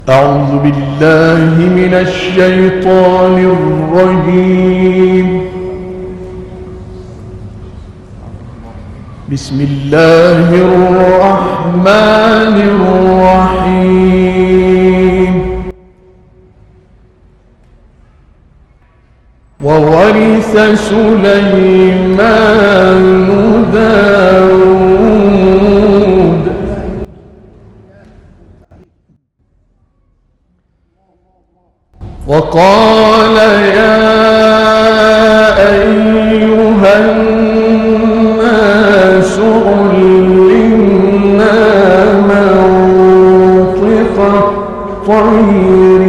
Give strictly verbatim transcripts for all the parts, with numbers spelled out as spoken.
أعوذ بالله من الشيطان الرجيم. بسم الله الرحمن الرحيم. وورث سليمان داود وقال يا أيها الناس علمنا منطق الطير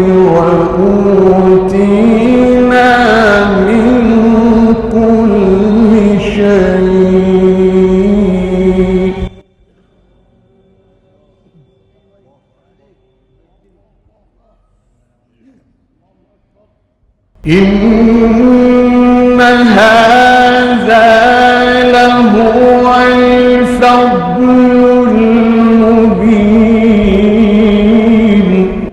وأوتينا من كل شيء إن هذا لهو الفضل المبين.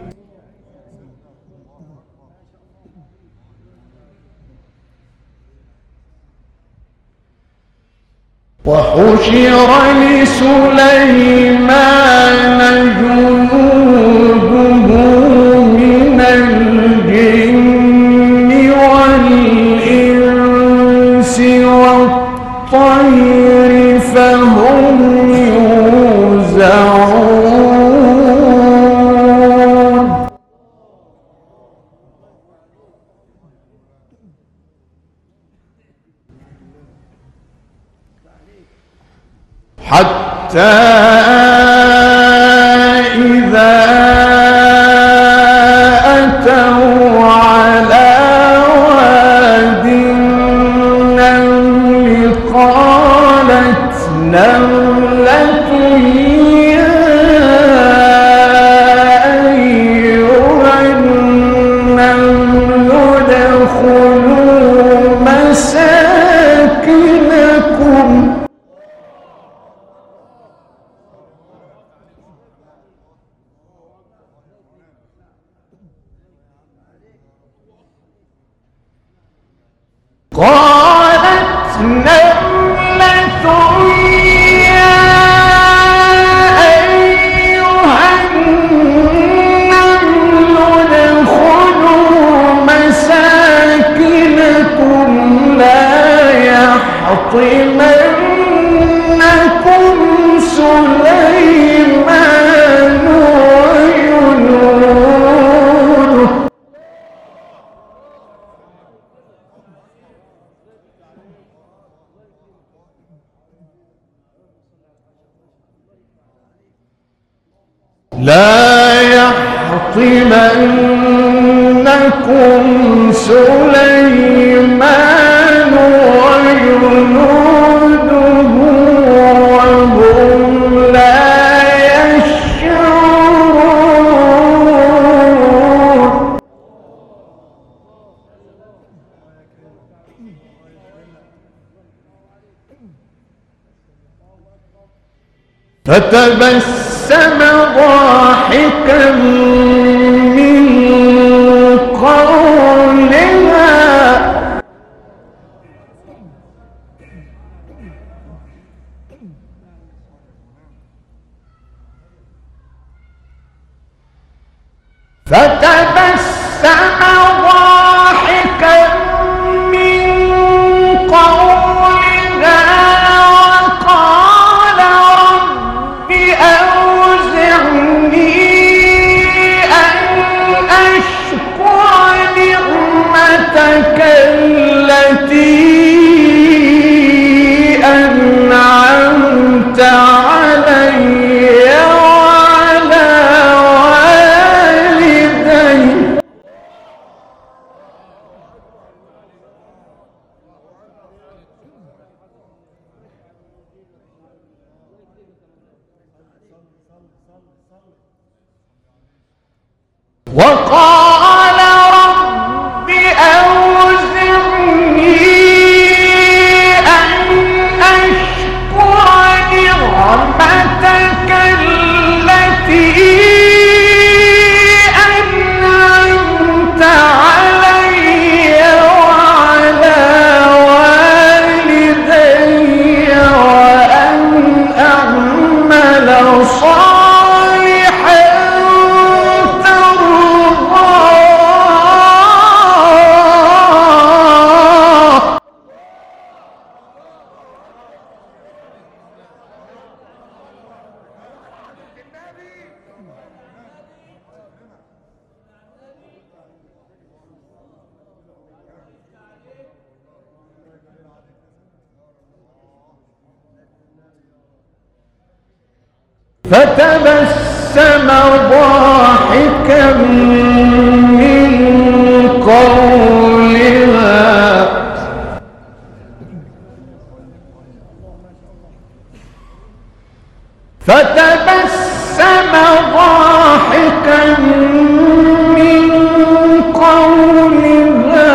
وحشر لسليمان جنوده من الجن والإنس والطير فهم يوزعون. حتى إذا أتوا على واد النمل قالت نملة يا أيها النمل ادخلوا مساكنكم قالت نملة يا أيها النمل ادخلوا مساكنكم لا يحطمنكم سليمان وجنوده لا يحطمنكم سليمان وجنوده وهم لا يشعرون. فتبسم ضاحكا من قولها فتبسم ضاحكا من قولها وقال رب أوزعني أن أشكر نعمتك التي أنعمت علي وعلى والدي وقال رب أوزعني أن أشكر نعمتك التي فتبسم ضاحكا من قولها فتبسم ضاحكا من قولها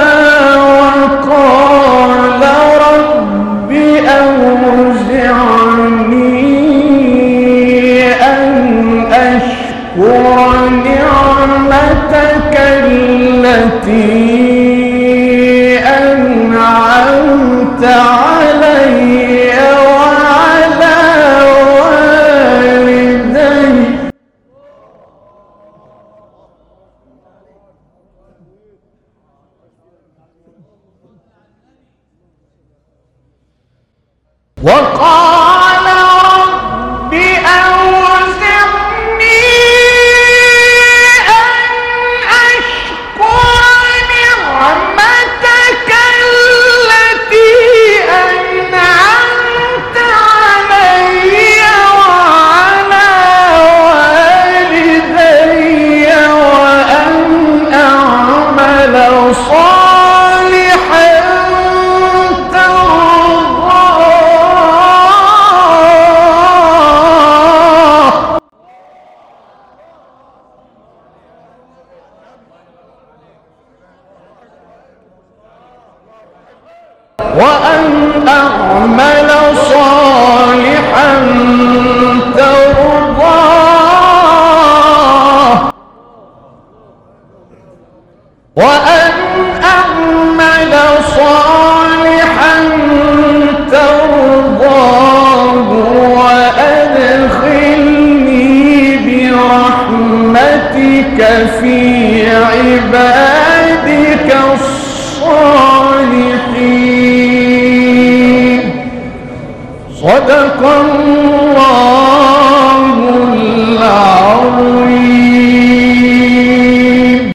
وقال رب أوزعني أن أشكر نعمتك التي أنعمت علي وعلى والدي وقال رب أوزعني أن أشكر نعمتك التي أنعمت علي وعلى والدي وأن أعمل صالحا وأن أعمل صالحا ترضاه وأن أعمل صالحا ترضاه وأدخلني برحمتك في عبادك الصالحين. صدق الله العظيم.